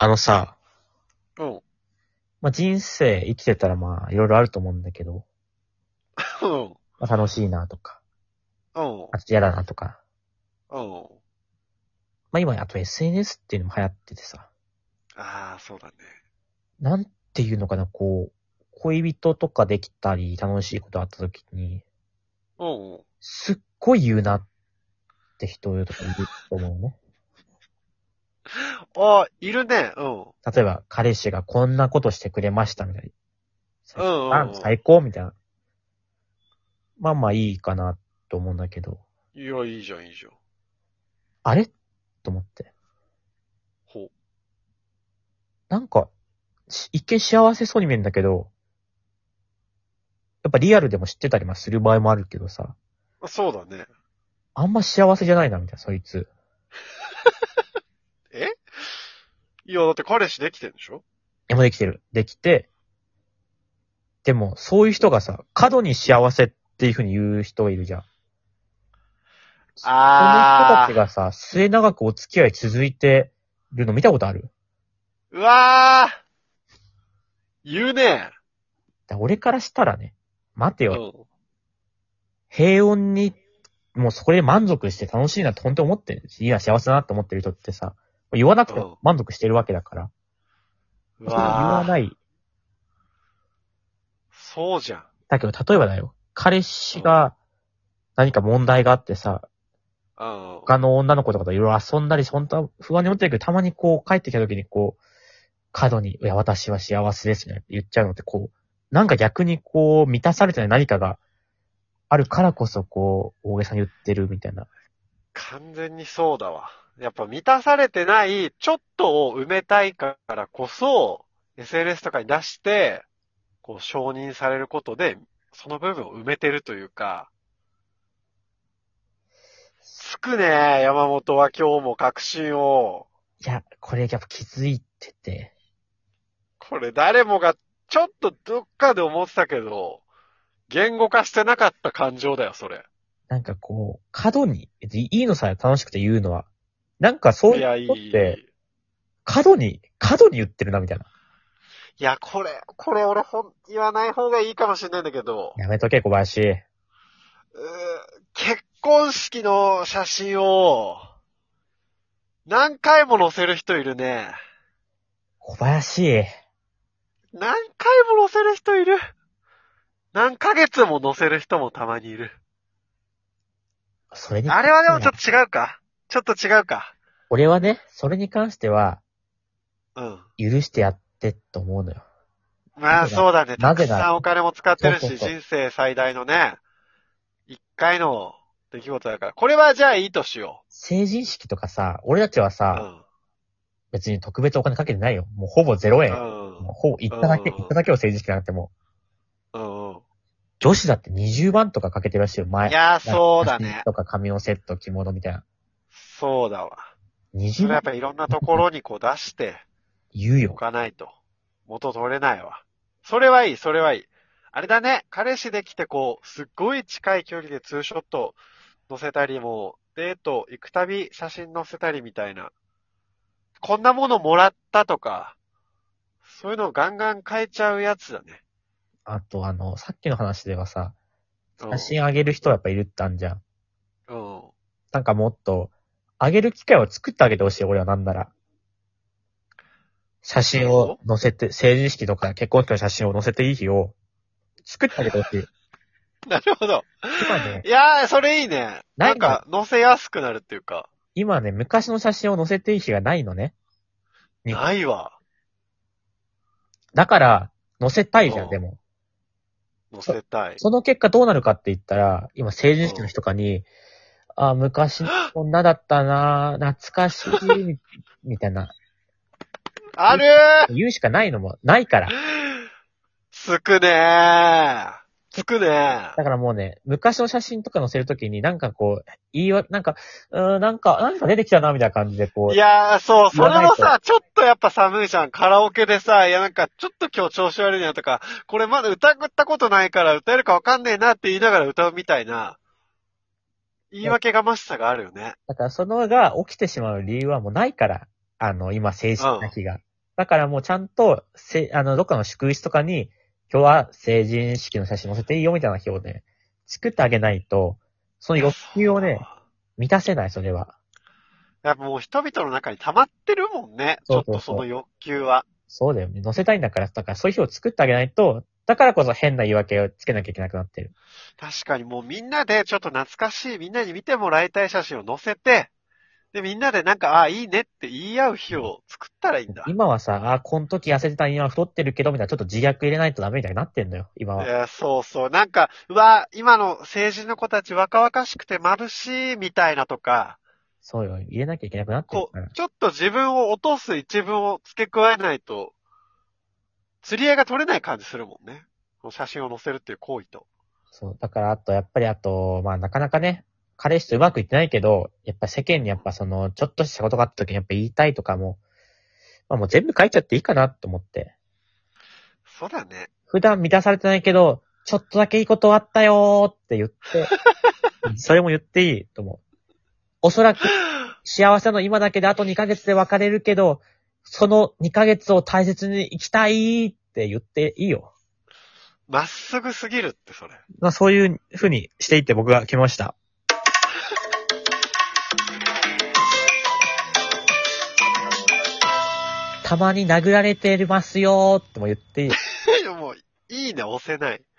あのさ、 うん。 まあ、人生生きてたらまあ、いろいろあると思うんだけど、 うん。 まあ、楽しいなとか、 うん。 あと嫌だなとか。 うん。 まあ今、あと SNS っていうのも流行っててさ、 ああ、そうだね。 なんていうのかな、こう、恋人とかできたり、楽しいことあった時に、 うん。 すっごい言うなって人とかいると思うね。 ああ、いるね。うん。 例えば、彼氏がこんなことしてくれましたみたいうな。最んうん高みたいな。まあまあいいかなと思うんだけど、 うん。いや、いいじゃん、いいじゃん。 あれと思って。 ほなんか、一見幸せそうに見えるんだけど、やっぱリアルでも知ってたりする場合もあるけどさ、 う。そうだね。 あんま幸せじゃないな、みたいな、そいつ。 えいや、だって彼氏できてんでしょ？ でもできてる。できて、でも、そういう人がさ、過度に幸せっていう風に言う人がいるじゃん。その人たちああ、 がさ、末永くお付き合い続いてるの見たことある？ うわー、言うね。 俺からしたらね、待てよ。 うん。 平穏に、もうそこで満足して楽しいなって本当に思ってるし、いや、幸せだなって思ってる人ってさ、言わなくてもうん。 満足してるわけだから、 うそれ言わわー、 ない。 そうじゃん。 だけど、例えばだよ。彼うん。 氏が何か問題があってさ、 うん。 他の女の子とかといろいろ遊んだり、本当は不安に思ってるけど、たまにこう帰ってきた時にこう、過度に、いや、私は幸せですねって言っちゃうのってこう、なんか逆にこう、満たされてない何かがあるからこそこう、大げさに言ってるみたいな。 完全にそうだわ。やっぱ満たされてない、ちょっとを埋めたいからこそ、SNS とかに出して、こう承認されることで、その部分を埋めてるというか、つくね、山本は今日も確信を。 いや、これやっぱ気づいてて、 これ誰もがちょっとどっかで思ってたけど、言語化してなかった感情だよ、それ。 なんかこう、過度に、別にいいのさえ楽しくて言うのは、なんかそういういや、い人って、 い。 過度に言ってるなみたいな。 いや、これ俺言わない方がいいかもしれないんだけど、 やめとけ、小林。 結婚式の写真を何回も載せる人いるね。 小林。 何回も載せる人いる。何ヶ月も載せる人もたまにいる。 それにあ関しては、 れはでもちょっと違うか。ちょっと違うか。 俺はね、それに関しては、 うん。 許してやってと思うのよ。 まあそうだね。たくなぜなら、 さんお金も使ってるし、 そうそうそう。 人生最大のね、一回の出来事だから。これはじゃあいいとしよ成人式とかさ、俺たちはう。うさ、 ん。 別に特別お金かけてないよ。もうほぼ0円。 うん。 もうほぼ行っただけを成人式なんてもう、 うん。うん。 女子だって20万とかかけてるらしいよ、前。 いやー、 写そうだね。 真とか髪のセット、着物みたいな。 そうだわ。 20万それやっぱいろんなところにこう出してお言うよ。 かないと。元取れないわ。それはいい、それはいい。あれだね。彼氏できてこう、すっごい近い距離でツーショット載せたりも、デート行くたび写真載せたりみたいな。こんなものもらったとか、そういうのをガンガン変えちゃうやつだね。 あとさっきの話ではさ、 うん。 写真あげる人はやっぱいるってあんじゃん。 うん。 なんかもっと、あげる機会を作ってあげてほしい、俺はなんなら。写真をなるほど。 載せて、成人式とか結婚式の写真を載せていい日を作ってあげてほしい。 なるほど。 今ね、 いやー、それいいね。 ないのよ。 なんか、載せやすくなるっていうか。 今ね、昔の写真を載せていい日がないのね。日本。 ないわ。 だから、載せたいじゃん、でうも。 ん。載そ、 せたい。 その結果どうなるかって言ったら、今成人式のうん。 日とかに、あ、昔の女だったな懐かしい、みたいな。 あるー言うしかないのも、ないから。 つくねー。つくねー。 だからもうね、昔の写真とか載せるときになんかこう、なんか出てきたな、みたいな感じでこう、 いやー、そう、 言わないと。 それもさ、ちょっとやっぱ寒いじゃん。カラオケでさ、いやなんか、ちょっと今日調子悪いなとか、これまだ歌ったことないから歌えるかわかんねえなって言いながら歌うみたいな、言い訳がましさがあるよね。 だからそのが起きてしまう理由はもうないから、今、正式なうん。 日が。 だからもうちゃんと、どっかの祝日とかに、今日は成人式の写真載せていいよみたいな日をね、作ってあげないと、その欲求をね、満たせない、それは。 やっぱもう人々の中に溜まってるもんね。ちょっとその欲求は。 そうだよね。載せたいんだから、だからそういう日を作ってあげないと、だからこそ変な言い訳をつけなきゃいけなくなってる。 確かにもうみんなでちょっと懐かしい、みんなに見てもらいたい写真を載せて、で、みんなでなんか、いいねって言い合う日を作ったらいいんだ。 今はさ、この時痩せてた、今太ってるけど、みたいな、ちょっと自虐入れないとダメみたいになってんのよ、今は。 いや、そうそう。なんか、今の成人の子たち若々しくて眩しいみたいなとか、 そうよ、入れなきゃいけなくなってるから。 ちょっと自分を落とす一文を付け加えないと、釣り合いが取れない感じするもんね。この写真を載せるっていう行為と。 そう。だから、やっぱりまあ、なかなかね、彼氏とうまくいってないけど、やっぱ世間にちょっとしたことがあった時にやっぱ言いたいとかも、まあもう全部書いちゃっていいかなと思って。 そうだね。 普段満たされてないけど、ちょっとだけいいことあったよーって言って、それも言っていいと思う。おそらく、幸せの今だけであと2ヶ月で別れるけど、その2ヶ月を大切に生きたいって言っていいよ。 まっすぐすぎるってそれ。 まあそういう風にしていって僕が決めました。たまに殴られてますよーっても言っていい。 もう、いいね押せない。